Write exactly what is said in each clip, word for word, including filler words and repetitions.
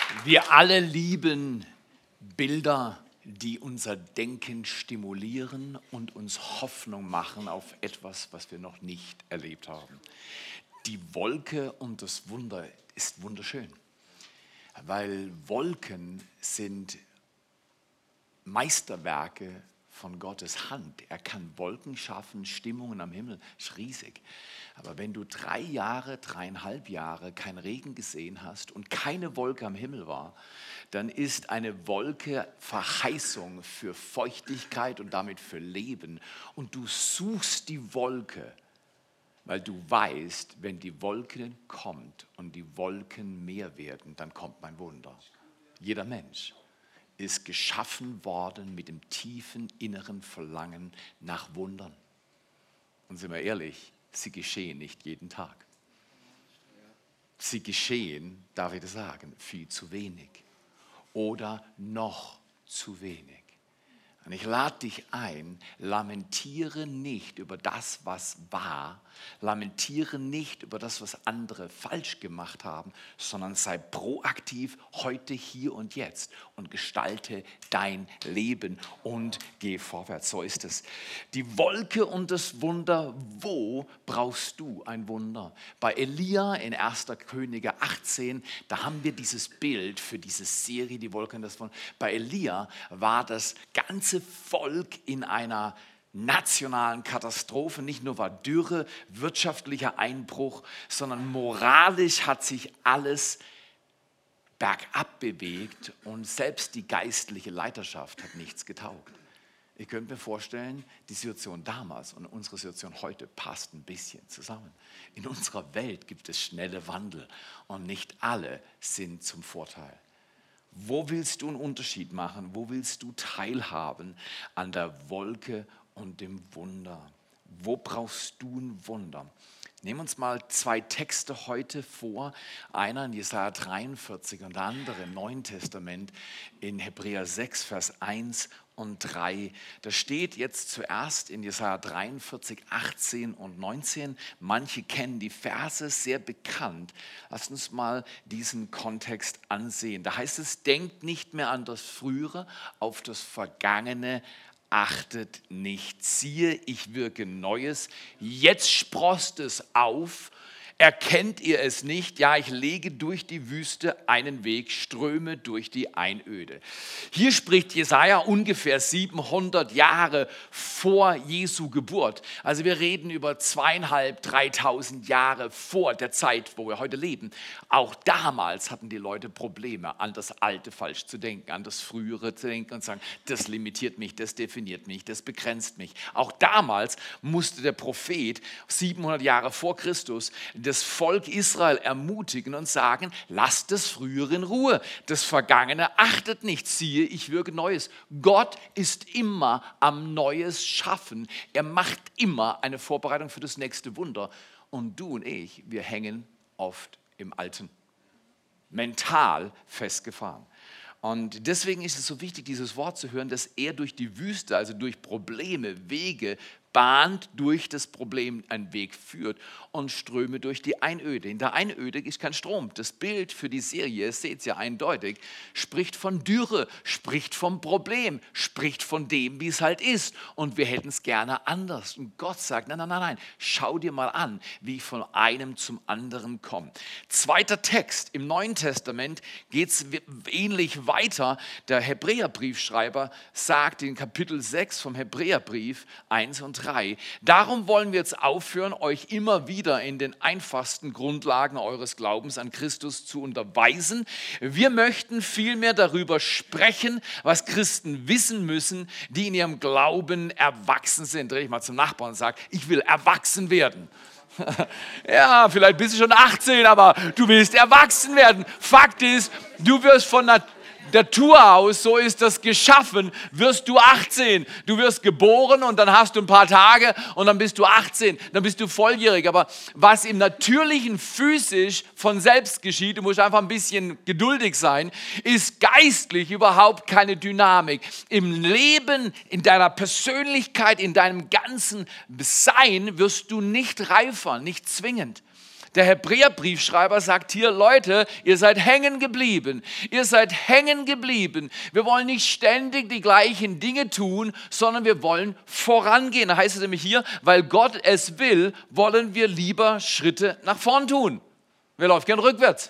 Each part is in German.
Wir alle lieben Bilder, die unser Denken stimulieren und uns Hoffnung machen auf etwas, was wir noch nicht erlebt haben. Die Wolke und das Wunder ist wunderschön, weil Wolken sind Meisterwerke von Gottes Hand. Er kann Wolken schaffen, Stimmungen am Himmel, ist riesig. Aber wenn du drei Jahre, dreieinhalb Jahre keinen Regen gesehen hast und keine Wolke am Himmel war, dann ist eine Wolke Verheißung für Feuchtigkeit und damit für Leben. Und du suchst die Wolke, weil du weißt, wenn die Wolke kommt und die Wolken mehr werden, dann kommt mein Wunder. Jeder Mensch ist geschaffen worden mit dem tiefen inneren Verlangen nach Wundern. Und sind wir ehrlich, sie geschehen nicht jeden Tag. Sie geschehen, darf ich das sagen, viel zu wenig oder noch zu wenig. Und ich lade dich ein, lamentiere nicht über das, was war, lamentiere nicht über das, was andere falsch gemacht haben, sondern sei proaktiv heute, hier und jetzt und gestalte dein Leben und geh vorwärts. So ist es. Die Wolke und das Wunder, wo brauchst du ein Wunder? Bei Elia in erster Könige achtzehn, da haben wir dieses Bild für diese Serie, die Wolke und das Wunder. Bei Elia war das ganze Volk in einer nationalen Katastrophe. Nicht nur war Dürre, wirtschaftlicher Einbruch, sondern moralisch hat sich alles bergab bewegt und selbst die geistliche Leiterschaft hat nichts getaugt. Ich könnte mir vorstellen, die Situation damals und unsere Situation heute passt ein bisschen zusammen. In unserer Welt gibt es schnelle Wandel und nicht alle sind zum Vorteil. Wo willst du einen Unterschied machen? Wo willst du teilhaben an der Wolke und dem Wunder? Wo brauchst du ein Wunder? Nehmen wir uns mal zwei Texte heute vor. Einer in Jesaja dreiundvierzig und der andere im Neuen Testament in Hebräer sechs, Vers eins und drei. Da steht jetzt zuerst in Jesaja dreiundvierzig, achtzehn und neunzehn. Manche kennen die Verse, sehr bekannt. Lass uns mal diesen Kontext ansehen. Da heißt es, denkt nicht mehr an das Frühere, auf das Vergangene achtet nicht. Siehe, ich wirke Neues. Jetzt sproßt es auf. Erkennt ihr es nicht? Ja, ich lege durch die Wüste einen Weg, Ströme durch die Einöde. Hier spricht Jesaja ungefähr siebenhundert Jahre vor Jesu Geburt. Also wir reden über zweieinhalb, dreitausend Jahre vor der Zeit, wo wir heute leben. Auch damals hatten die Leute Probleme, an das Alte falsch zu denken, an das Frühere zu denken und sagen, das limitiert mich, das definiert mich, das begrenzt mich. Auch damals musste der Prophet siebenhundert Jahre vor Christus das Volk Israel ermutigen und sagen, lasst das Frühere in Ruhe, das Vergangene achtet nicht, siehe, ich wirke Neues. Gott ist immer am Neues schaffen. Er macht immer eine Vorbereitung für das nächste Wunder. Und du und ich, wir hängen oft im Alten, mental festgefahren. Und deswegen ist es so wichtig, dieses Wort zu hören, dass er durch die Wüste, also durch Probleme, Wege bahnt, durch das Problem einen Weg führt und Ströme durch die Einöde. In der Einöde ist kein Strom. Das Bild für die Serie, seht ihr ja eindeutig, spricht von Dürre, spricht vom Problem, spricht von dem, wie es halt ist. Und wir hätten es gerne anders. Und Gott sagt, nein, nein, nein, nein, schau dir mal an, wie ich von einem zum anderen komme. Zweiter Text, im Neuen Testament geht es ähnlich weiter. Der Hebräerbriefschreiber sagt in Kapitel sechs vom Hebräerbrief eins und drei, darum wollen wir jetzt aufhören, euch immer wieder in den einfachsten Grundlagen eures Glaubens an Christus zu unterweisen. Wir möchten vielmehr darüber sprechen, was Christen wissen müssen, die in ihrem Glauben erwachsen sind. Dreh ich mal zum Nachbarn und sage, ich will erwachsen werden. Ja, vielleicht bist du schon achtzehn, aber du willst erwachsen werden. Fakt ist, du wirst von Natur Natur aus, so ist das geschaffen, wirst du achtzehn. Du wirst geboren und dann hast du ein paar Tage und dann bist du achtzehn, dann bist du volljährig. Aber was im Natürlichen physisch von selbst geschieht, du musst einfach ein bisschen geduldig sein, ist geistlich überhaupt keine Dynamik. Im Leben, in deiner Persönlichkeit, in deinem ganzen Sein wirst du nicht reifer, nicht zwingend. Der Hebräerbriefschreiber sagt hier, Leute, ihr seid hängen geblieben. Ihr seid hängen geblieben. Wir wollen nicht ständig die gleichen Dinge tun, sondern wir wollen vorangehen. Da heißt es nämlich hier, weil Gott es will, wollen wir lieber Schritte nach vorn tun. Wer läuft gern rückwärts?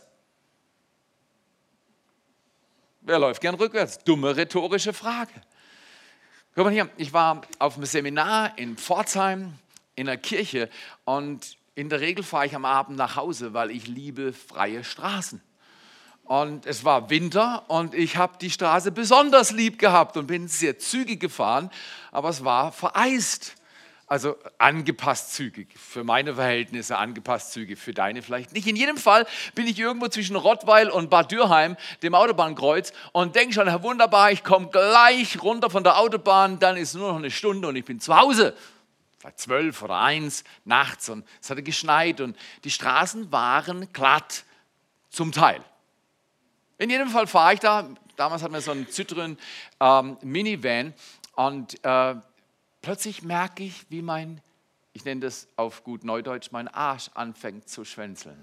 Wer läuft gern rückwärts? Dumme rhetorische Frage. Guck mal hier, ich war auf einem Seminar in Pforzheim in der Kirche und in der Regel fahre ich am Abend nach Hause, weil ich liebe freie Straßen. Und es war Winter und ich habe die Straße besonders lieb gehabt und bin sehr zügig gefahren, aber es war vereist. Also angepasst zügig, für meine Verhältnisse angepasst zügig, für deine vielleicht nicht. In jedem Fall bin ich irgendwo zwischen Rottweil und Bad Dürheim, dem Autobahnkreuz, und denke schon, Herr wunderbar, ich komme gleich runter von der Autobahn, dann ist nur noch eine Stunde und ich bin zu Hause. Vielleicht zwölf oder eins nachts und es hatte geschneit und die Straßen waren glatt zum Teil. In jedem Fall fahre ich da, damals hatten wir so einen Citroën ähm, Minivan und äh, plötzlich merke ich, wie mein, ich nenne das auf gut Neudeutsch, mein Arsch anfängt zu schwänzeln.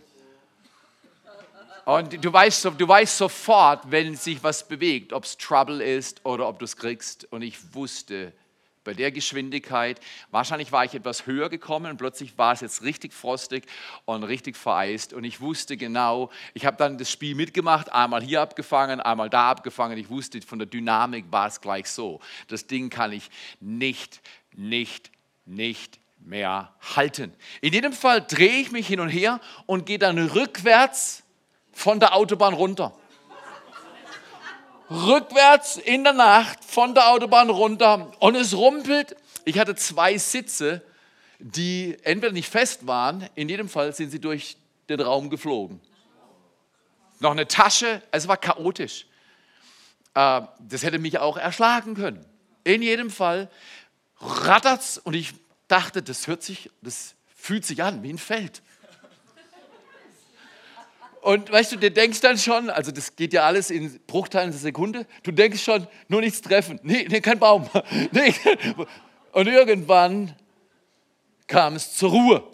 Und du weißt, du weißt sofort, wenn sich was bewegt, ob es Trouble ist oder ob du es kriegst. Und ich wusste, bei der Geschwindigkeit, wahrscheinlich war ich etwas höher gekommen und plötzlich war es jetzt richtig frostig und richtig vereist. Und ich wusste genau, ich habe dann das Spiel mitgemacht, einmal hier abgefangen, einmal da abgefangen. Ich wusste, von der Dynamik war es gleich so. Das Ding kann ich nicht, nicht, nicht mehr halten. In jedem Fall drehe ich mich hin und her und gehe dann rückwärts von der Autobahn runter. Rückwärts in der Nacht von der Autobahn runter und es rumpelt. Ich hatte zwei Sitze, die entweder nicht fest waren, in jedem Fall sind sie durch den Raum geflogen. Noch eine Tasche, es war chaotisch. Das hätte mich auch erschlagen können. In jedem Fall rattert's und ich dachte, das hört sich, das fühlt sich an wie ein Feld. Und weißt du, du denkst dann schon, also das geht ja alles in Bruchteilen der Sekunde, du denkst schon, nur nichts treffen. Nee, nee, kein Baum. Nee. Und irgendwann kam es zur Ruhe.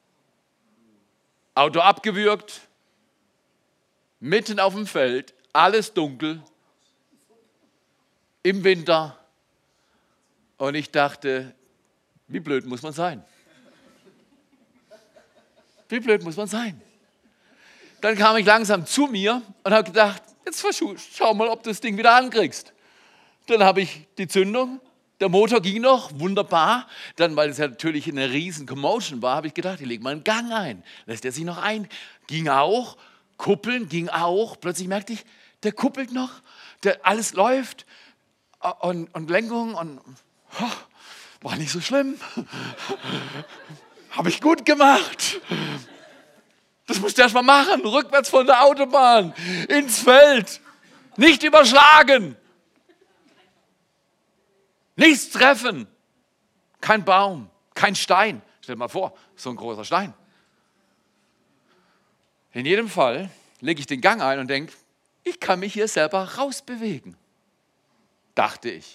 Auto abgewürgt, mitten auf dem Feld, alles dunkel, im Winter. Und ich dachte, wie blöd muss man sein? Wie blöd muss man sein? Dann kam ich langsam zu mir und habe gedacht, jetzt schau mal, ob du das Ding wieder ankriegst. Dann habe ich die Zündung, der Motor ging noch, wunderbar. Dann, weil es ja natürlich eine riesen Commotion war, habe ich gedacht, ich lege mal einen Gang ein. Lässt er sich noch ein? Ging auch. Kuppeln ging auch. Plötzlich merkte ich, der kuppelt noch, der, alles läuft und, und Lenkung und oh, war nicht so schlimm. Habe ich gut gemacht. Das musst du erst mal machen, rückwärts von der Autobahn, ins Feld, nicht überschlagen, nichts treffen, kein Baum, kein Stein. Stell dir mal vor, so ein großer Stein. In jedem Fall lege ich den Gang ein und denke, ich kann mich hier selber rausbewegen, dachte ich.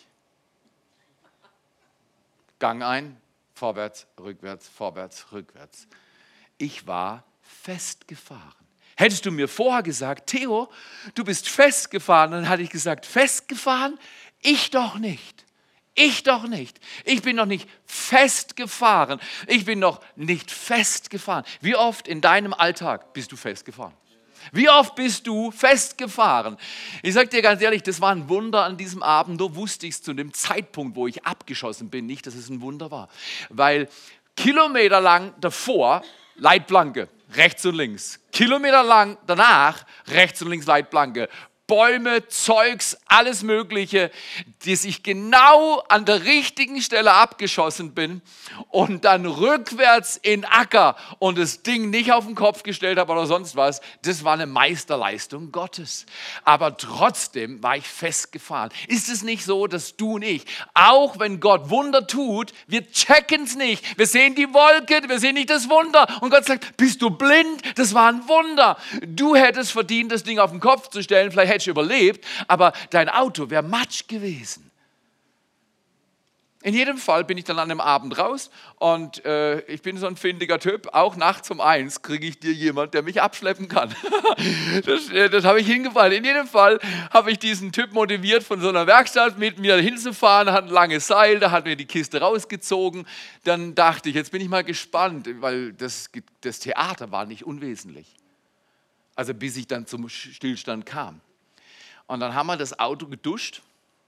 Gang ein, vorwärts, rückwärts, vorwärts, rückwärts. Ich war festgefahren. Hättest du mir vorher gesagt, Theo, du bist festgefahren, dann hatte ich gesagt, festgefahren? Ich doch nicht. Ich doch nicht. Ich bin noch nicht festgefahren. Ich bin noch nicht festgefahren. Wie oft in deinem Alltag bist du festgefahren? Wie oft bist du festgefahren? Ich sage dir ganz ehrlich, das war ein Wunder an diesem Abend. Nur wusste ich es zu dem Zeitpunkt, wo ich abgeschossen bin, nicht, dass es ein Wunder war. Weil kilometerlang davor Leitplanke, rechts und links. Kilometerlang danach, rechts und links Leitplanke. Bäume, Zeugs, alles Mögliche, dass ich genau an der richtigen Stelle abgeschossen bin und dann rückwärts in Acker und das Ding nicht auf den Kopf gestellt habe oder sonst was. Das war eine Meisterleistung Gottes. Aber trotzdem war ich festgefahren. Ist es nicht so, dass du und ich, auch wenn Gott Wunder tut, wir checken es nicht. Wir sehen die Wolke, wir sehen nicht das Wunder. Und Gott sagt, bist du blind? Das war ein Wunder. Du hättest verdient, das Ding auf den Kopf zu stellen. Vielleicht hättest du überlebt, aber dein Auto wäre Matsch gewesen. In jedem Fall bin ich dann an einem Abend raus und äh, ich bin so ein findiger Typ. Auch nachts um eins kriege ich dir jemand, der mich abschleppen kann. das äh, das habe ich hingefallen. In jedem Fall habe ich diesen Typ motiviert, von so einer Werkstatt mit mir hinzufahren. Er hat ein langes Seil, da hat mir die Kiste rausgezogen. Dann dachte ich, jetzt bin ich mal gespannt, weil das, das Theater war nicht unwesentlich. Also bis ich dann zum Stillstand kam. Und dann haben wir das Auto geduscht.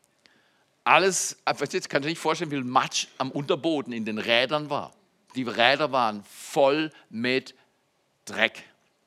Alles, jetzt kannst du dir nicht vorstellen, wie viel Matsch am Unterboden in den Rädern war. Die Räder waren voll mit Dreck.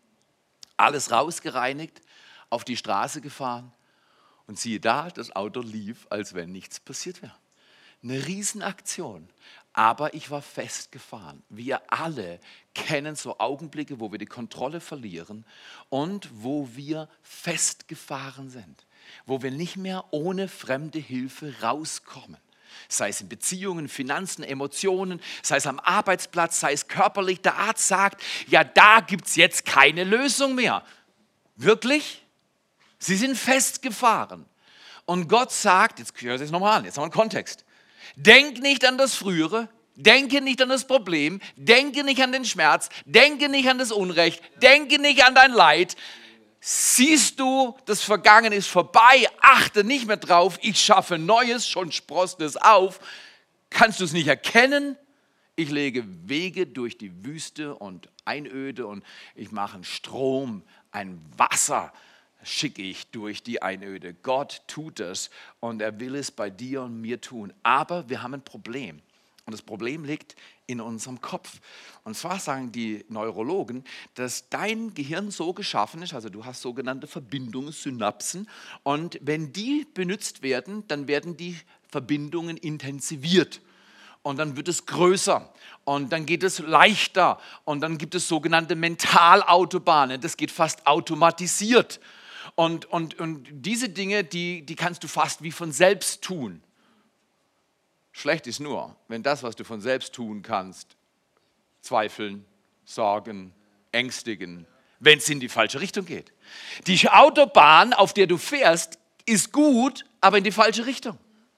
Alles rausgereinigt, auf die Straße gefahren und siehe da, das Auto lief, als wenn nichts passiert wäre. Eine Riesenaktion, aber ich war festgefahren. Wir alle kennen so Augenblicke, wo wir die Kontrolle verlieren und wo wir festgefahren sind. Wo wir nicht mehr ohne fremde Hilfe rauskommen. Sei es in Beziehungen, Finanzen, Emotionen, sei es am Arbeitsplatz, sei es körperlich. Der Arzt sagt, ja, da gibt es jetzt keine Lösung mehr. Wirklich? Sie sind festgefahren. Und Gott sagt, jetzt hört es nochmal an, jetzt haben wir einen Kontext. Denk nicht an das Frühere, denke nicht an das Problem, denke nicht an den Schmerz, denke nicht an das Unrecht, denke nicht an dein Leid. Siehst du, das Vergangene ist vorbei, achte nicht mehr drauf, ich schaffe Neues, schon sproßt es auf. Kannst du es nicht erkennen? Ich lege Wege durch die Wüste und Einöde und ich mache einen Strom, ein Wasser schicke ich durch die Einöde. Gott tut es und er will es bei dir und mir tun. Aber wir haben ein Problem. Und das Problem liegt in unserem Kopf. Und zwar sagen die Neurologen, dass dein Gehirn so geschaffen ist, also du hast sogenannte Verbindungen, Synapsen, und wenn die benutzt werden, dann werden die Verbindungen intensiviert. Und dann wird es größer und dann geht es leichter und dann gibt es sogenannte Mentalautobahnen, das geht fast automatisiert. Und, und, und diese Dinge, die, die kannst du fast wie von selbst tun. Schlecht ist nur, wenn das, was du von selbst tun kannst, zweifeln, sorgen, ängstigen, wenn es in die falsche Richtung geht. Die Autobahn, auf der du fährst, ist gut, aber in die falsche Richtung.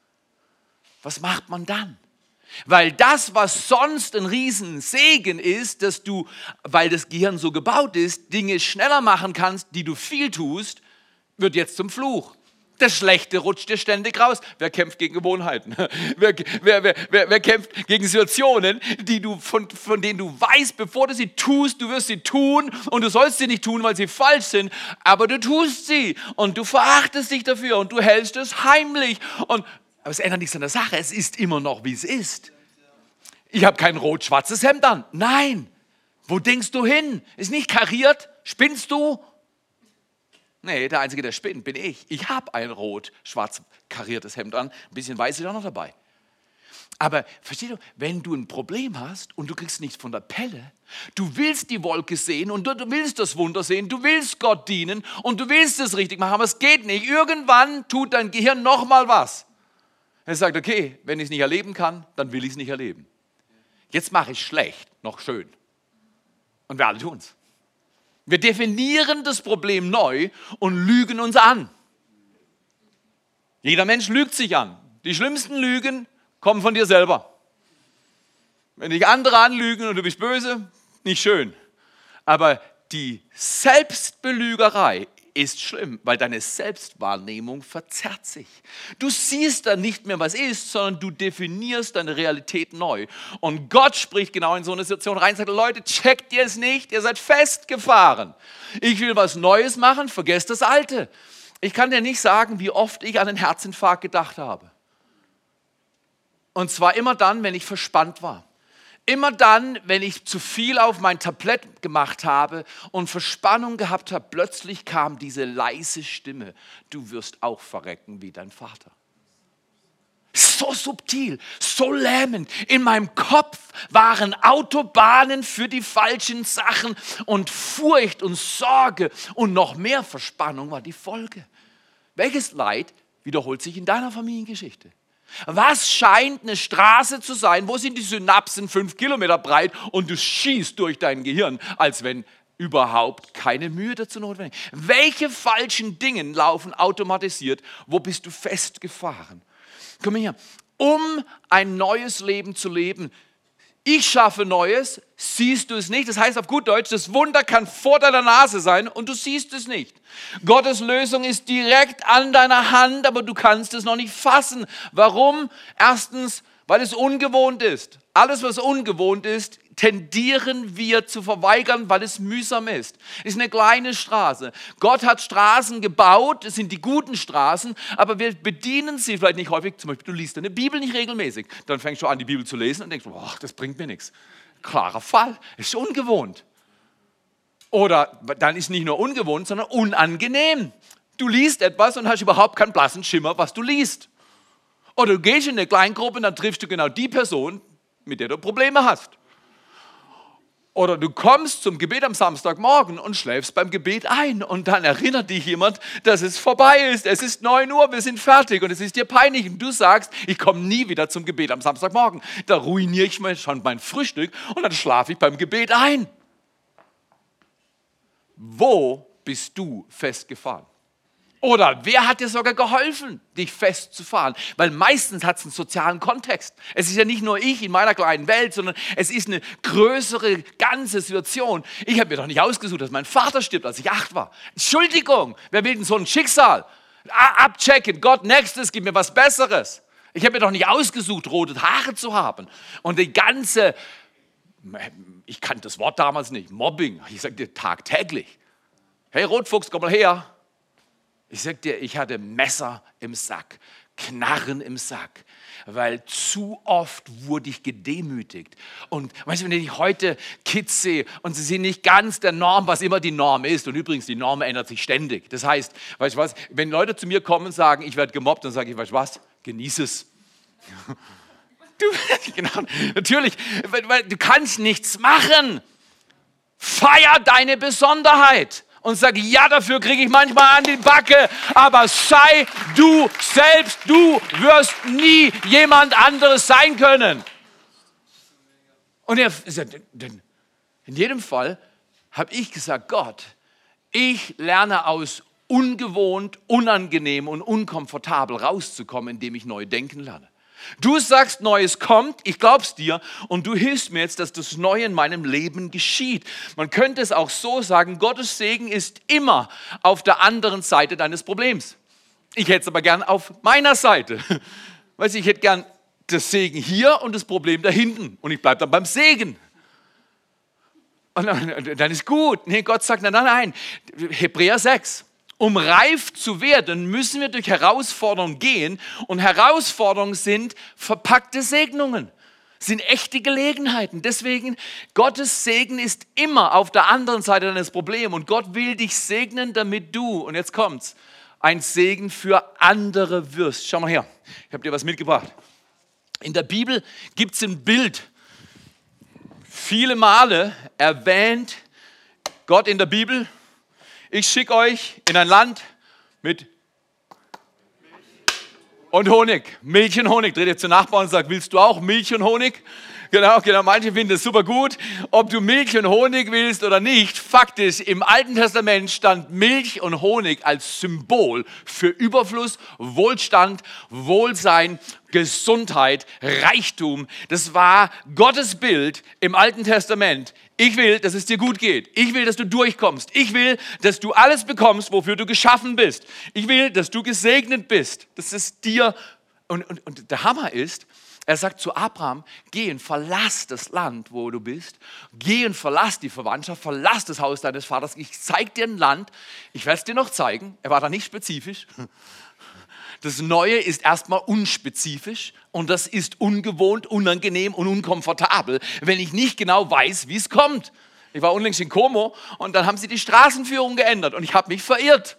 Was macht man dann? Weil das, was sonst ein Riesensegen ist, dass du, weil das Gehirn so gebaut ist, Dinge schneller machen kannst, die du viel tust, wird jetzt zum Fluch. Das Schlechte rutscht dir ständig raus. Wer kämpft gegen Gewohnheiten? Wer, wer, wer, wer, wer kämpft gegen Situationen, die du, von, von denen du weißt, bevor du sie tust, du wirst sie tun und du sollst sie nicht tun, weil sie falsch sind, aber du tust sie und du verachtest dich dafür und du hältst es heimlich. Und, aber es ändert nichts an der Sache, es ist immer noch, wie es ist. Ich habe kein rot-schwarzes Hemd an. Nein. Wo denkst du hin? Ist nicht kariert? Spinnst du? Nee, der Einzige, der spinnt, bin ich. Ich habe ein rot-schwarz kariertes Hemd an. Ein bisschen weiß ist auch noch dabei. Aber verstehst du, wenn du ein Problem hast und du kriegst nichts von der Pelle, du willst die Wolke sehen und du, du willst das Wunder sehen, du willst Gott dienen und du willst es richtig machen, aber es geht nicht. Irgendwann tut dein Gehirn nochmal was. Er sagt, okay, wenn ich es nicht erleben kann, dann will ich es nicht erleben. Jetzt mache ich schlecht, noch schön. Und wir alle tun es. Wir definieren das Problem neu und lügen uns an. Jeder Mensch lügt sich an. Die schlimmsten Lügen kommen von dir selber. Wenn dich andere anlügen und du bist böse, nicht schön. Aber die Selbstbelügerei ist schlimm, weil deine Selbstwahrnehmung verzerrt sich. Du siehst dann nicht mehr, was ist, sondern du definierst deine Realität neu. Und Gott spricht genau in so eine Situation rein und sagt, Leute, checkt ihr es nicht? Ihr seid festgefahren. Ich will was Neues machen, vergesst das Alte. Ich kann dir nicht sagen, wie oft ich an einen Herzinfarkt gedacht habe. Und zwar immer dann, wenn ich verspannt war. Immer dann, wenn ich zu viel auf mein Tablett gemacht habe und Verspannung gehabt habe, plötzlich kam diese leise Stimme, du wirst auch verrecken wie dein Vater. So subtil, so lähmend. In meinem Kopf waren Autobahnen für die falschen Sachen und Furcht und Sorge und noch mehr Verspannung war die Folge. Welches Leid wiederholt sich in deiner Familiengeschichte? Was scheint eine Straße zu sein, wo sind die Synapsen fünf Kilometer breit und du schießt durch dein Gehirn, als wenn überhaupt keine Mühe dazu notwendig ist? Welche falschen Dinge laufen automatisiert? Wo bist du festgefahren? Komm her, um ein neues Leben zu leben. Ich schaffe Neues, siehst du es nicht. Das heißt auf gut Deutsch, das Wunder kann vor deiner Nase sein und du siehst es nicht. Gottes Lösung ist direkt an deiner Hand, aber du kannst es noch nicht fassen. Warum? Erstens, weil es ungewohnt ist. Alles, was ungewohnt ist, tendieren wir zu verweigern, weil es mühsam ist. Es ist eine kleine Straße. Gott hat Straßen gebaut, es sind die guten Straßen, aber wir bedienen sie vielleicht nicht häufig. Zum Beispiel, du liest deine Bibel nicht regelmäßig. Dann fängst du an, die Bibel zu lesen und denkst, boah, das bringt mir nichts. Klarer Fall, es ist ungewohnt. Oder dann ist nicht nur ungewohnt, sondern unangenehm. Du liest etwas und hast überhaupt keinen blassen Schimmer, was du liest. Oder du gehst in eine Kleingruppe und dann triffst du genau die Person, mit der du Probleme hast. Oder du kommst zum Gebet am Samstagmorgen und schläfst beim Gebet ein und dann erinnert dich jemand, dass es vorbei ist. Es ist neun Uhr, wir sind fertig und es ist dir peinlich und du sagst, ich komme nie wieder zum Gebet am Samstagmorgen. Da ruiniere ich mir schon mein Frühstück und dann schlafe ich beim Gebet ein. Wo bist du festgefahren? Oder wer hat dir sogar geholfen, dich festzufahren? Weil meistens hat es einen sozialen Kontext. Es ist ja nicht nur ich in meiner kleinen Welt, sondern es ist eine größere, ganze Situation. Ich habe mir doch nicht ausgesucht, dass mein Vater stirbt, als ich acht war. Entschuldigung, wer will denn so ein Schicksal? Abchecken, Gott, nächstes, gib mir was Besseres. Ich habe mir doch nicht ausgesucht, rote Haare zu haben. Und die ganze, ich kannte das Wort damals nicht, Mobbing, ich sage dir tagtäglich. Hey Rotfuchs, komm mal her. Ich sag dir, ich hatte Messer im Sack, Knarren im Sack, weil zu oft wurde ich gedemütigt. Und weißt du, wenn ich heute Kids sehe und sie sind nicht ganz der Norm, was immer die Norm ist, und übrigens, die Norm ändert sich ständig. Das heißt, weißt du was, wenn Leute zu mir kommen und sagen, ich werde gemobbt, dann sage ich, weißt du was, genieß es. Du, genau, natürlich, weil du kannst nichts machen. Feier deine Besonderheit. Und sag, ja, dafür kriege ich manchmal an die Backe, aber sei du selbst, du wirst nie jemand anderes sein können. Und er, in jedem Fall habe ich gesagt, Gott, ich lerne aus ungewohnt, unangenehm und unkomfortabel rauszukommen, indem ich neu denken lerne. Du sagst, Neues kommt, ich glaub's dir und du hilfst mir jetzt, dass das Neue in meinem Leben geschieht. Man könnte es auch so sagen, Gottes Segen ist immer auf der anderen Seite deines Problems. Ich hätte es aber gern auf meiner Seite. Weißt du, ich hätte gern das Segen hier und das Problem da hinten und ich bleibe dann beim Segen. Und dann, dann ist gut. Nee, Gott sagt, nein, nein, nein. Hebräer sechs. Um reif zu werden, müssen wir durch Herausforderungen gehen. Und Herausforderungen sind verpackte Segnungen, sind echte Gelegenheiten. Deswegen, Gottes Segen ist immer auf der anderen Seite deines Problems. Und Gott will dich segnen, damit du, und jetzt kommt's, ein Segen für andere wirst. Schau mal her, ich habe dir was mitgebracht. In der Bibel gibt es ein Bild. Viele Male erwähnt Gott in der Bibel, ich schicke euch in ein Land mit und Honig. Milch und Honig. Dreht ihr zu Nachbarn und sagt, willst du auch Milch und Honig? Genau, genau. Manche finden das super gut. Ob du Milch und Honig willst oder nicht, Fakt ist, im Alten Testament stand Milch und Honig als Symbol für Überfluss, Wohlstand, Wohlsein, Gesundheit, Reichtum. Das war Gottes Bild im Alten Testament. Ich will, dass es dir gut geht. Ich will, dass du durchkommst. Ich will, dass du alles bekommst, wofür du geschaffen bist. Ich will, dass du gesegnet bist. Das ist dir. Und, und, und der Hammer ist, er sagt zu Abraham, geh und verlass das Land, wo du bist. Geh und verlass die Verwandtschaft, verlass das Haus deines Vaters. Ich zeige dir ein Land. Ich werde es dir noch zeigen. Er war da nicht spezifisch. Das Neue ist erstmal unspezifisch und das ist ungewohnt, unangenehm und unkomfortabel, wenn ich nicht genau weiß, wie es kommt. Ich war unlängst in Como und dann haben sie die Straßenführung geändert und ich habe mich verirrt.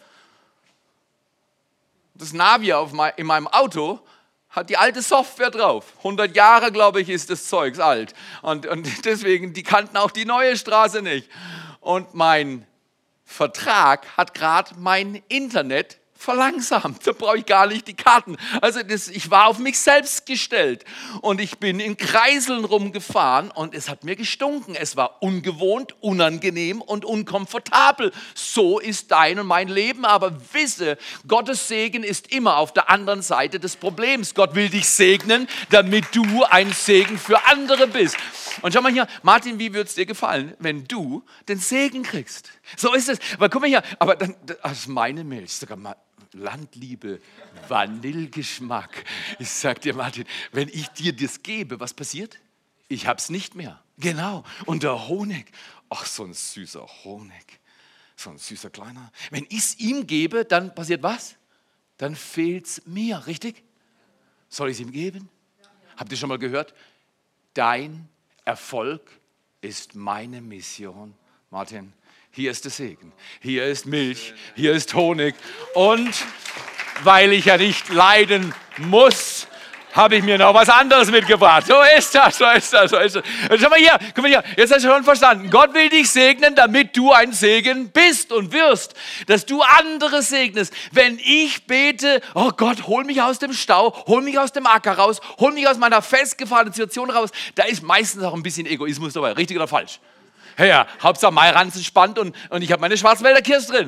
Das Navi auf mein, in meinem Auto hat die alte Software drauf. hundert Jahre, glaube ich, ist das Zeugs alt. Und, und deswegen, die kannten auch die neue Straße nicht. Und mein Vertrag hat gerade mein Internet verlangsamt. Da brauche ich gar nicht die Karten. Also das, ich war auf mich selbst gestellt und ich bin in Kreiseln rumgefahren und es hat mir gestunken. Es war ungewohnt, unangenehm und unkomfortabel. So ist dein und mein Leben. Aber wisse, Gottes Segen ist immer auf der anderen Seite des Problems. Gott will dich segnen, damit du ein Segen für andere bist. Und schau mal hier, Martin, wie würde es dir gefallen, wenn du den Segen kriegst? So ist es. Aber guck mal hier, aber dann, das ist meine Milch, sogar mal Landliebe, Vanillegeschmack. Ich sag dir, Martin, wenn ich dir das gebe, was passiert? Ich hab's nicht mehr. Genau. Und der Honig, ach, so ein süßer Honig, so ein süßer kleiner. Wenn ich es ihm gebe, dann passiert was? Dann fehlt's mir, richtig? Soll ich es ihm geben? Habt ihr schon mal gehört? Dein Erfolg ist meine Mission. Martin, hier ist der Segen, hier ist Milch, hier ist Honig. Und weil ich ja nicht leiden muss, habe ich mir noch was anderes mitgebracht. So ist das, so ist das, so ist das. Und schau mal hier, guck mal hier, jetzt hast du schon verstanden. Gott will dich segnen, damit du ein Segen bist und wirst. Dass du andere segnest. Wenn ich bete, oh Gott, hol mich aus dem Stau, hol mich aus dem Acker raus, hol mich aus meiner festgefahrenen Situation raus, da ist meistens auch ein bisschen Egoismus dabei, richtig oder falsch? Ja, ja, Hauptsache mein Ranzen spannt und, und ich habe meine Schwarzwälder Kirsch drin.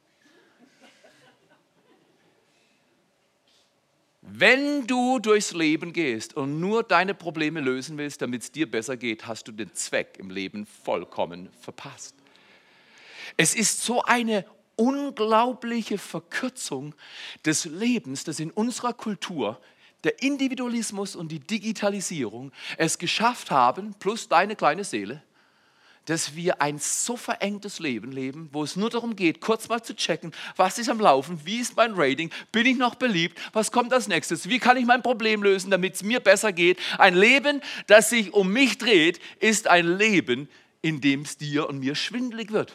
Wenn du durchs Leben gehst und nur deine Probleme lösen willst, damit es dir besser geht, hast du den Zweck im Leben vollkommen verpasst. Es ist so eine unglaubliche Verkürzung des Lebens, dass in unserer Kultur der Individualismus und die Digitalisierung es geschafft haben, plus deine kleine Seele, dass wir ein so verengtes Leben leben, wo es nur darum geht, kurz mal zu checken, was ist am Laufen, wie ist mein Rating, bin ich noch beliebt, was kommt als nächstes, wie kann ich mein Problem lösen, damit es mir besser geht. Ein Leben, das sich um mich dreht, ist ein Leben, in dem es dir und mir schwindelig wird.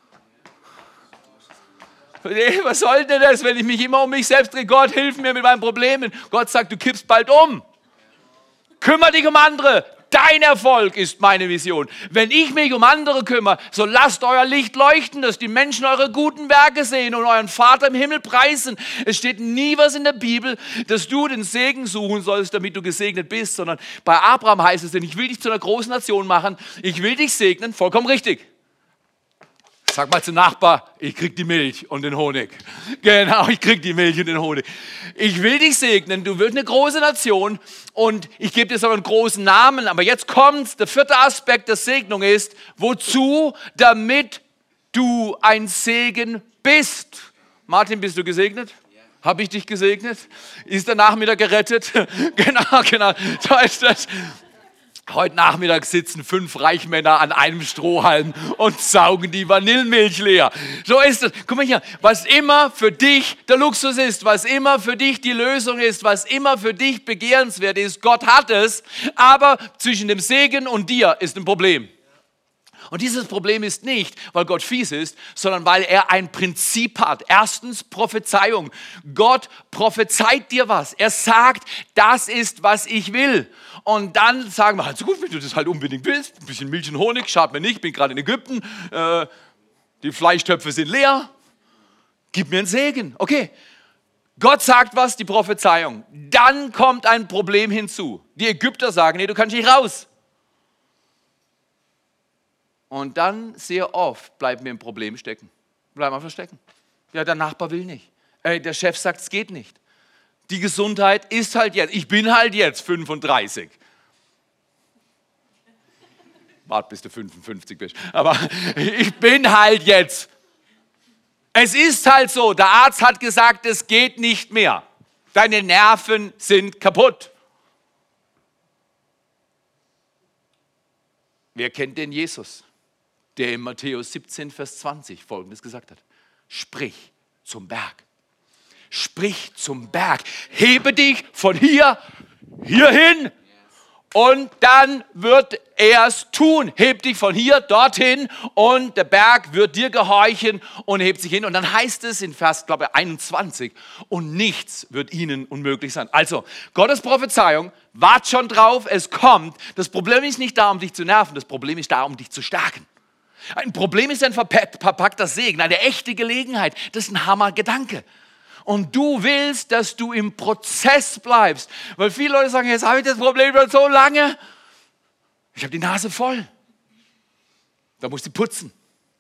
Was soll denn das, wenn ich mich immer um mich selbst drehe? Gott, hilf mir mit meinen Problemen. Gott sagt, du kippst bald um. Kümmere dich um andere. Dein Erfolg ist meine Vision. Wenn ich mich um andere kümmere, so lasst euer Licht leuchten, dass die Menschen eure guten Werke sehen und euren Vater im Himmel preisen. Es steht nie was in der Bibel, dass du den Segen suchen sollst, damit du gesegnet bist, sondern bei Abraham heißt es, denn ich will dich zu einer großen Nation machen, ich will dich segnen, vollkommen richtig. Sag mal zum Nachbar, ich krieg die Milch und den Honig. Genau, ich krieg die Milch und den Honig. Ich will dich segnen, du wirst eine große Nation und ich gebe dir sogar einen großen Namen. Aber jetzt kommt der vierte Aspekt der Segnung ist, wozu? Damit du ein Segen bist. Martin, bist du gesegnet? Habe ich dich gesegnet? Ist der Nachmittag gerettet? Genau, genau. So ist das. Heute Nachmittag sitzen fünf Reichmänner an einem Strohhalm und saugen die Vanillemilch leer. So ist es. Guck mal hier, was immer für dich der Luxus ist, was immer für dich die Lösung ist, was immer für dich begehrenswert ist, Gott hat es, aber zwischen dem Segen und dir ist ein Problem. Und dieses Problem ist nicht, weil Gott fies ist, sondern weil er ein Prinzip hat. Erstens Prophezeiung. Gott prophezeit dir was. Er sagt, das ist, was ich will. Und dann sagen wir, halt so gut, wenn du das halt unbedingt willst. Ein bisschen Milch und Honig, schadet mir nicht, ich bin gerade in Ägypten. Äh, die Fleischtöpfe sind leer. Gib mir einen Segen. Okay. Gott sagt was, die Prophezeiung. Dann kommt ein Problem hinzu. Die Ägypter sagen, nee, du kannst nicht raus. Und dann sehr oft bleiben wir im Problem stecken. Bleiben einfach stecken. Ja, der Nachbar will nicht. Äh, der Chef sagt, es geht nicht. Die Gesundheit ist halt jetzt. Ich bin halt jetzt fünfunddreißig. Wart, bis du fünfundfünfzig bist. Aber ich bin halt jetzt. Es ist halt so. Der Arzt hat gesagt, es geht nicht mehr. Deine Nerven sind kaputt. Wer kennt den Jesus, der in Matthäus siebzehn, Vers zwanzig Folgendes gesagt hat? Sprich zum Berg. Sprich zum Berg. Hebe dich von hier, hierhin und dann wird er es tun. Heb dich von hier, dorthin und der Berg wird dir gehorchen und hebt sich hin. Und dann heißt es in Vers, glaube ich, einundzwanzig, und nichts wird ihnen unmöglich sein. Also, Gottes Prophezeiung, wart schon drauf, es kommt. Das Problem ist nicht da, um dich zu nerven, das Problem ist da, um dich zu stärken. Ein Problem ist ein verpackter Segen, eine echte Gelegenheit. Das ist ein Hammergedanke. Und du willst, dass du im Prozess bleibst. Weil viele Leute sagen, jetzt habe ich das Problem schon so lange. Ich habe die Nase voll. Da musst du putzen.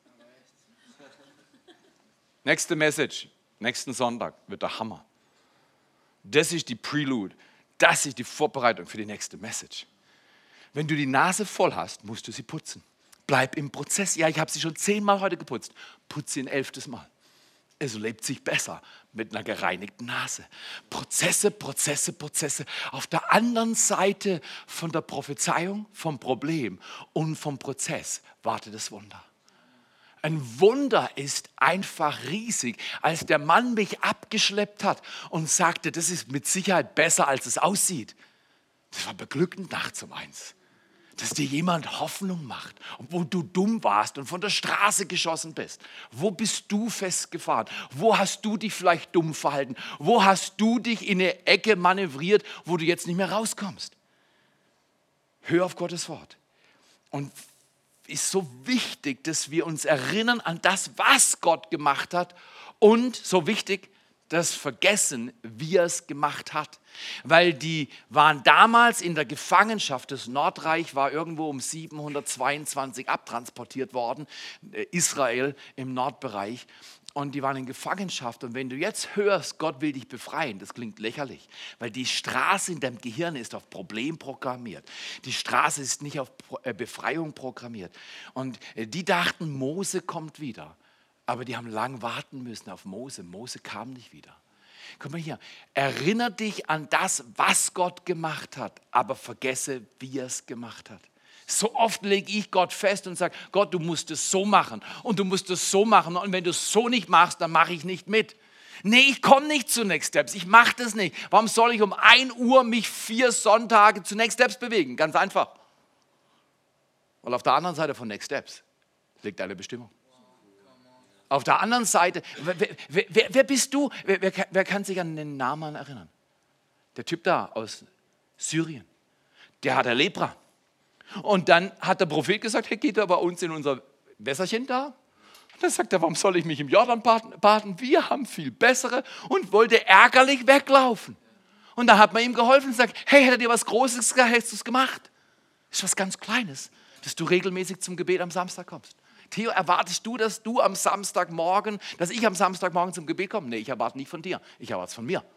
Nächste Message, nächsten Sonntag wird der Hammer. Das ist die Prelude. Das ist die Vorbereitung für die nächste Message. Wenn du die Nase voll hast, musst du sie putzen. Bleib im Prozess. Ja, ich habe sie schon zehnmal heute geputzt. Putz sie ein elftes Mal. Es lebt sich besser mit einer gereinigten Nase. Prozesse, Prozesse, Prozesse. Auf der anderen Seite von der Prophezeiung, vom Problem und vom Prozess wartet das Wunder. Ein Wunder ist einfach riesig. Als der Mann mich abgeschleppt hat und sagte, das ist mit Sicherheit besser, als es aussieht. Das war beglückend nachts um eins. Dass dir jemand Hoffnung macht, wo du dumm warst und von der Straße geschossen bist. Wo bist du festgefahren? Wo hast du dich vielleicht dumm verhalten? Wo hast du dich in eine Ecke manövriert, wo du jetzt nicht mehr rauskommst? Hör auf Gottes Wort. Und ist so wichtig, dass wir uns erinnern an das, was Gott gemacht hat und so wichtig, das Vergessen, wie er es gemacht hat. Weil die waren damals in der Gefangenschaft, das Nordreich war irgendwo um siebenhundertzweiundzwanzig abtransportiert worden, Israel im Nordbereich. Und die waren in Gefangenschaft. Und wenn du jetzt hörst, Gott will dich befreien, das klingt lächerlich, weil die Straße in deinem Gehirn ist auf Problem programmiert. Die Straße ist nicht auf Befreiung programmiert. Und die dachten, Mose kommt wieder. Aber die haben lang warten müssen auf Mose. Mose kam nicht wieder. Guck mal hier, erinnere dich an das, was Gott gemacht hat, aber vergesse, wie er es gemacht hat. So oft lege ich Gott fest und sage, Gott, du musst es so machen und du musst es so machen und wenn du es so nicht machst, dann mache ich nicht mit. Nee, ich komme nicht zu Next Steps, ich mache das nicht. Warum soll ich um ein Uhr mich vier Sonntage zu Next Steps bewegen? Ganz einfach. Weil auf der anderen Seite von Next Steps liegt eine Bestimmung. Auf der anderen Seite, wer, wer, wer, wer bist du? Wer, wer, wer kann sich an den Namen erinnern? Der Typ da aus Syrien, der hatte Lepra. Und dann hat der Prophet gesagt, hey, geht er bei uns in unser Wässerchen da? Und dann sagt er, warum soll ich mich im Jordan baden? Wir haben viel bessere und wollte ärgerlich weglaufen. Und dann hat man ihm geholfen und sagt, hey, hätte dir was Großes gesagt, hättest du es gemacht. Das ist was ganz Kleines, dass du regelmäßig zum Gebet am Samstag kommst. Theo, erwartest du, dass du am Samstagmorgen, dass ich am Samstagmorgen zum Gebet komme? Nee, ich erwarte nicht von dir, ich erwarte es von mir.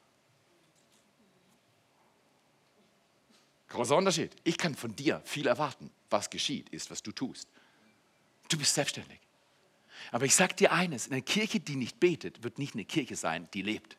Großer Unterschied. Ich kann von dir viel erwarten. Was geschieht, ist, was du tust. Du bist selbstständig. Aber ich sage dir eines, eine Kirche, die nicht betet, wird nicht eine Kirche sein, die lebt.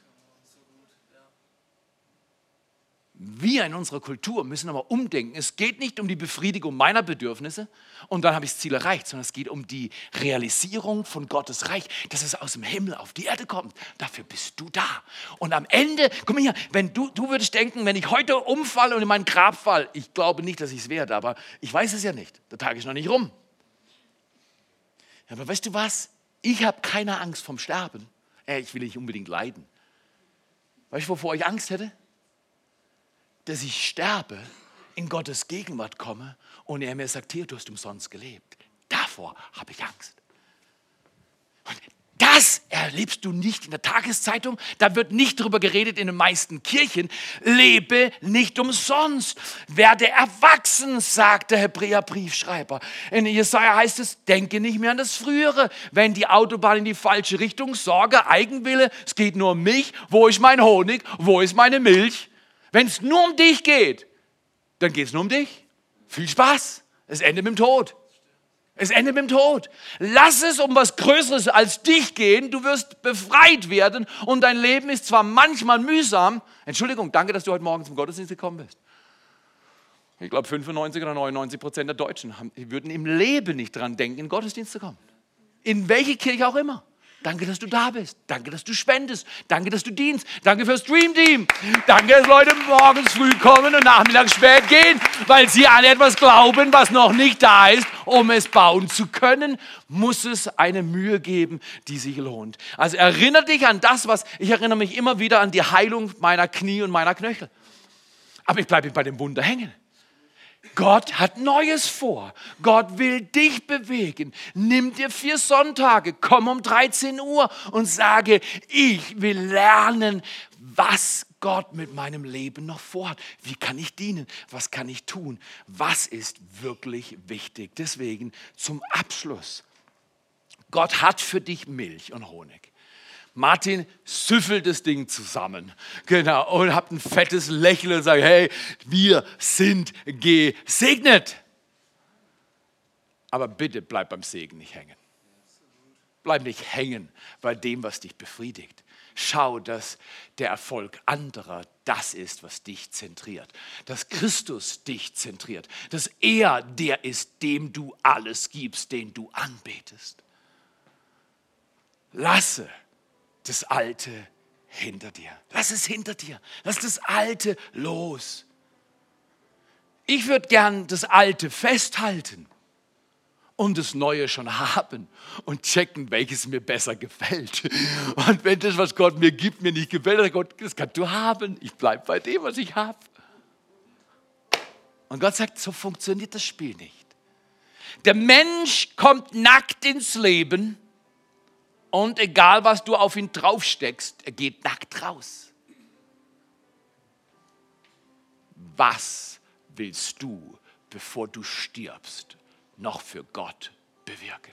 Wir in unserer Kultur müssen aber umdenken. Es geht nicht um die Befriedigung meiner Bedürfnisse und dann habe ich das Ziel erreicht, sondern es geht um die Realisierung von Gottes Reich, dass es aus dem Himmel auf die Erde kommt. Dafür bist du da. Und am Ende, guck mal hier, wenn du, du würdest denken, wenn ich heute umfalle und in mein Grab falle, ich glaube nicht, dass ich es werde, aber ich weiß es ja nicht. Der Tag ist noch nicht rum. Aber weißt du was? Ich habe keine Angst vom Sterben. Äh, ich will nicht unbedingt leiden. Weißt du, wovor ich Angst hätte? Dass ich sterbe, in Gottes Gegenwart komme und er mir sagt, hier, du hast umsonst gelebt. Davor habe ich Angst. Und das erlebst du nicht in der Tageszeitung. Da wird nicht drüber geredet in den meisten Kirchen. Lebe nicht umsonst. Werde erwachsen, sagt der Hebräerbriefschreiber. In Jesaja heißt es, denke nicht mehr an das Frühere. Wenn die Autobahn in die falsche Richtung, Sorge, Eigenwille, es geht nur um mich. Wo ist mein Honig? Wo ist meine Milch? Wenn es nur um dich geht, dann geht es nur um dich. Viel Spaß. Es endet mit dem Tod. Es endet mit dem Tod. Lass es um was Größeres als dich gehen. Du wirst befreit werden und dein Leben ist zwar manchmal mühsam. Entschuldigung, danke, dass du heute Morgen zum Gottesdienst gekommen bist. Ich glaube, fünfundneunzig oder neunundneunzig Prozent der Deutschen haben, würden im Leben nicht dran denken, in den Gottesdienst zu kommen. In welche Kirche auch immer. Danke, dass du da bist. Danke, dass du spendest. Danke, dass du dienst. Danke fürs Dream Team. Danke, dass Leute morgens früh kommen und nachmittags spät gehen, weil sie an etwas glauben, was noch nicht da ist. Um es bauen zu können, muss es eine Mühe geben, die sich lohnt. Also erinnere dich an das, was, ich erinnere mich immer wieder an die Heilung meiner Knie und meiner Knöchel. Aber ich bleibe bei dem Wunder hängen. Gott hat Neues vor. Gott will dich bewegen. Nimm dir vier Sonntage, komm um dreizehn Uhr und sage, ich will lernen, was Gott mit meinem Leben noch vorhat. Wie kann ich dienen? Was kann ich tun? Was ist wirklich wichtig? Deswegen zum Abschluss. Gott hat für dich Milch und Honig. Martin süffelt das Ding zusammen, genau, und hat ein fettes Lächeln und sagt, hey, wir sind gesegnet. Aber bitte bleib beim Segen nicht hängen. Bleib nicht hängen bei dem, was dich befriedigt. Schau, dass der Erfolg anderer das ist, was dich zentriert. Dass Christus dich zentriert. Dass er der ist, dem du alles gibst, den du anbetest. Lasse das Alte hinter dir. Lass es hinter dir. Lass das Alte los. Ich würde gern das Alte festhalten und das Neue schon haben und checken, welches mir besser gefällt. Und wenn das, was Gott mir gibt, mir nicht gefällt, dann Gott, das kannst du haben. Ich bleibe bei dem, was ich habe. Und Gott sagt, so funktioniert das Spiel nicht. Der Mensch kommt nackt ins Leben. Und egal, was du auf ihn draufsteckst, er geht nackt raus. Was willst du, bevor du stirbst, noch für Gott bewirken?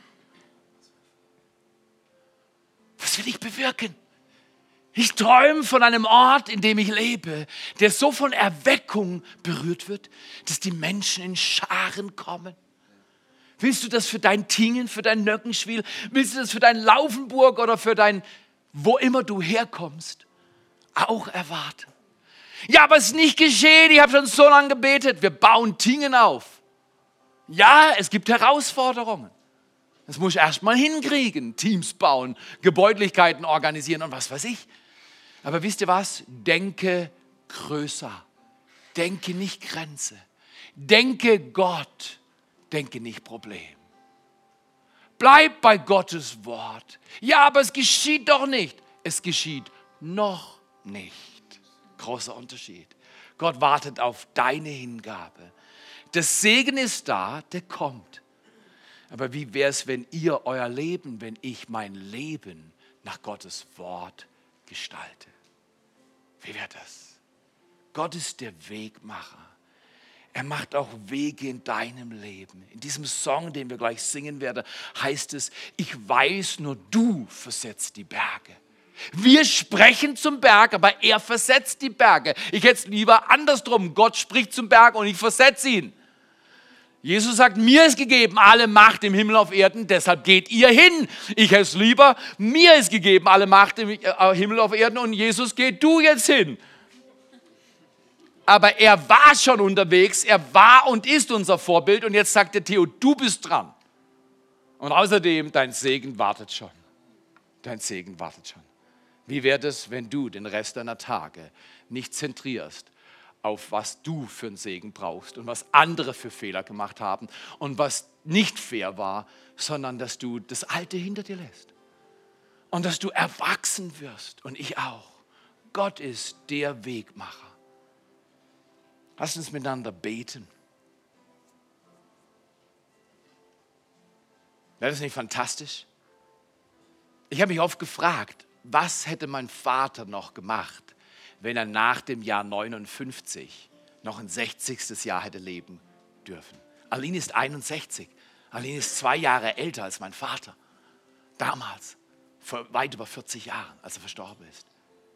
Was will ich bewirken? Ich träume von einem Ort, in dem ich lebe, der so von Erweckung berührt wird, dass die Menschen in Scharen kommen. Willst du das für dein Tingen, für dein Nöckenschwil? Willst du das für dein Laufenburg oder für dein, wo immer du herkommst, auch erwarten? Ja, aber es ist nicht geschehen, ich habe schon so lange gebetet. Wir bauen Tingen auf. Ja, es gibt Herausforderungen. Das muss ich erst mal hinkriegen. Teams bauen, Gebäudlichkeiten organisieren und was weiß ich. Aber wisst ihr was? Denke größer. Denke nicht Grenze. Denke Gott. Denke nicht Problem. Bleib bei Gottes Wort. Ja, aber es geschieht doch nicht. Es geschieht noch nicht. Großer Unterschied. Gott wartet auf deine Hingabe. Der Segen ist da, der kommt. Aber wie wäre es, wenn ihr euer Leben, wenn ich mein Leben nach Gottes Wort gestalte? Wie wäre das? Gott ist der Wegmacher. Er macht auch Wege in deinem Leben. In diesem Song, den wir gleich singen werden, heißt es, ich weiß, nur du versetzt die Berge. Wir sprechen zum Berg, aber er versetzt die Berge. Ich hätte es lieber andersrum. Gott spricht zum Berg und ich versetze ihn. Jesus sagt, mir ist gegeben alle Macht im Himmel auf Erden, deshalb geht ihr hin. Ich hätte es lieber, mir ist gegeben alle Macht im Himmel auf Erden und Jesus, geht du jetzt hin. Aber er war schon unterwegs, er war und ist unser Vorbild und jetzt sagt der Theo, du bist dran. Und außerdem, dein Segen wartet schon. Dein Segen wartet schon. Wie wäre es, wenn du den Rest deiner Tage nicht zentrierst auf was du für einen Segen brauchst und was andere für Fehler gemacht haben und was nicht fair war, sondern dass du das Alte hinter dir lässt und dass du erwachsen wirst und ich auch. Gott ist der Wegmacher. Lass uns miteinander beten. Wäre das nicht fantastisch? Ich habe mich oft gefragt, was hätte mein Vater noch gemacht, wenn er nach dem Jahr neunundfünfzig noch ein sechzigstes Jahr hätte leben dürfen. Aline ist einundsechzig. Aline ist zwei Jahre älter als mein Vater. Damals, vor weit über vierzig Jahren, als er verstorben ist.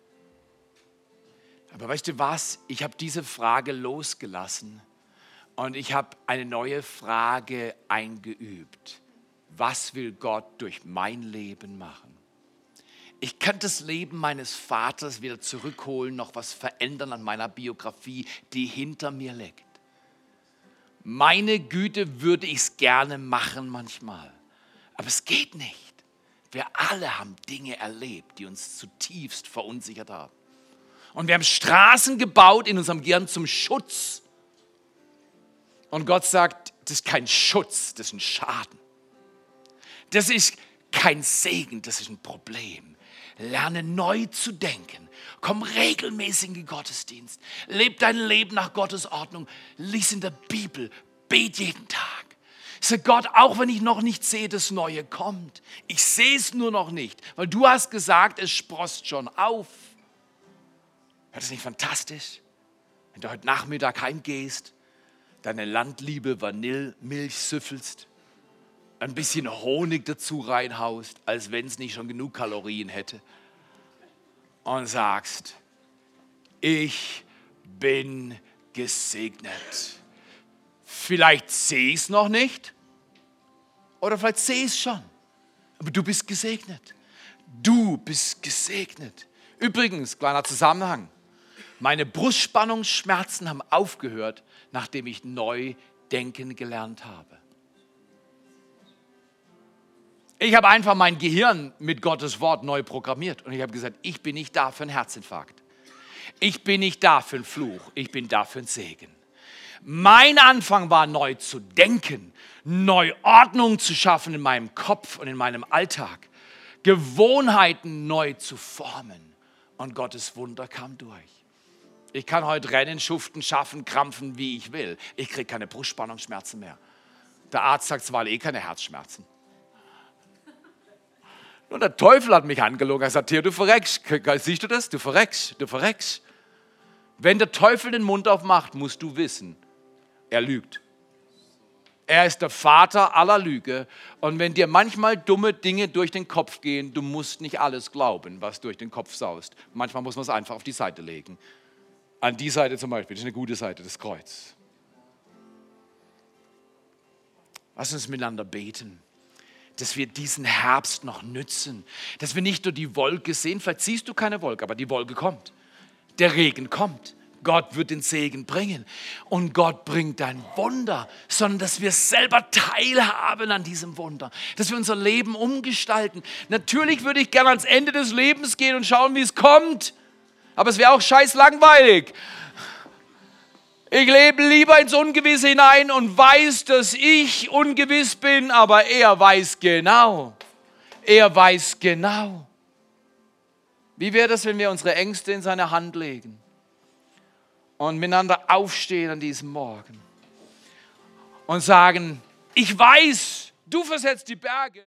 Aber weißt du was? Ich habe diese Frage losgelassen und ich habe eine neue Frage eingeübt. Was will Gott durch mein Leben machen? Ich kann das Leben meines Vaters wieder zurückholen, noch was verändern an meiner Biografie, die hinter mir liegt. Meine Güte, würde ich es gerne machen manchmal, aber es geht nicht. Wir alle haben Dinge erlebt, die uns zutiefst verunsichert haben. Und wir haben Straßen gebaut in unserem Gehirn zum Schutz. Und Gott sagt, das ist kein Schutz, das ist ein Schaden. Das ist kein Segen, das ist ein Problem. Lerne neu zu denken. Komm regelmäßig in den Gottesdienst. Leb dein Leben nach Gottes Ordnung. Lies in der Bibel. Bet jeden Tag. Sag Gott, auch wenn ich noch nicht sehe, das Neue kommt. Ich sehe es nur noch nicht, weil du hast gesagt, es sproßt schon auf. Hört das nicht fantastisch? Wenn du heute Nachmittag heimgehst, deine Landliebe Vanillemilch süffelst, ein bisschen Honig dazu reinhaust, als wenn es nicht schon genug Kalorien hätte und sagst, ich bin gesegnet. Vielleicht sehe ich es noch nicht oder vielleicht sehe ich es schon, aber du bist gesegnet. Du bist gesegnet. Übrigens, kleiner Zusammenhang, meine Brustspannungsschmerzen haben aufgehört, nachdem ich neu denken gelernt habe. Ich habe einfach mein Gehirn mit Gottes Wort neu programmiert und ich habe gesagt, ich bin nicht da für einen Herzinfarkt. Ich bin nicht da für einen Fluch, ich bin da für einen Segen. Mein Anfang war, neu zu denken, neu Ordnung zu schaffen in meinem Kopf und in meinem Alltag, Gewohnheiten neu zu formen. Und Gottes Wunder kam durch. Ich kann heute rennen, schuften, schaffen, krampfen, wie ich will. Ich kriege keine Brustspannungsschmerzen mehr. Der Arzt sagt zwar eh keine Herzschmerzen. Und der Teufel hat mich angelogen. Er sagt, hier, du verreckst. Siehst du das? Du verreckst, du verreckst. Wenn der Teufel den Mund aufmacht, musst du wissen, er lügt. Er ist der Vater aller Lüge. Und wenn dir manchmal dumme Dinge durch den Kopf gehen, du musst nicht alles glauben, was durch den Kopf saust. Manchmal muss man es einfach auf die Seite legen. An die Seite zum Beispiel, das ist eine gute Seite, das Kreuz. Lass uns miteinander beten, dass wir diesen Herbst noch nützen, dass wir nicht nur die Wolke sehen, vielleicht siehst du keine Wolke, aber die Wolke kommt, der Regen kommt. Gott wird den Segen bringen und Gott bringt ein Wunder, sondern dass wir selber teilhaben an diesem Wunder, dass wir unser Leben umgestalten. Natürlich würde ich gerne ans Ende des Lebens gehen und schauen, wie es kommt, aber es wäre auch scheiß langweilig. Ich lebe lieber ins Ungewisse hinein und weiß, dass ich ungewiss bin, aber er weiß genau. Er weiß genau. Wie wäre das, wenn wir unsere Ängste in seine Hand legen und miteinander aufstehen an diesem Morgen und sagen, ich weiß, du versetzt die Berge.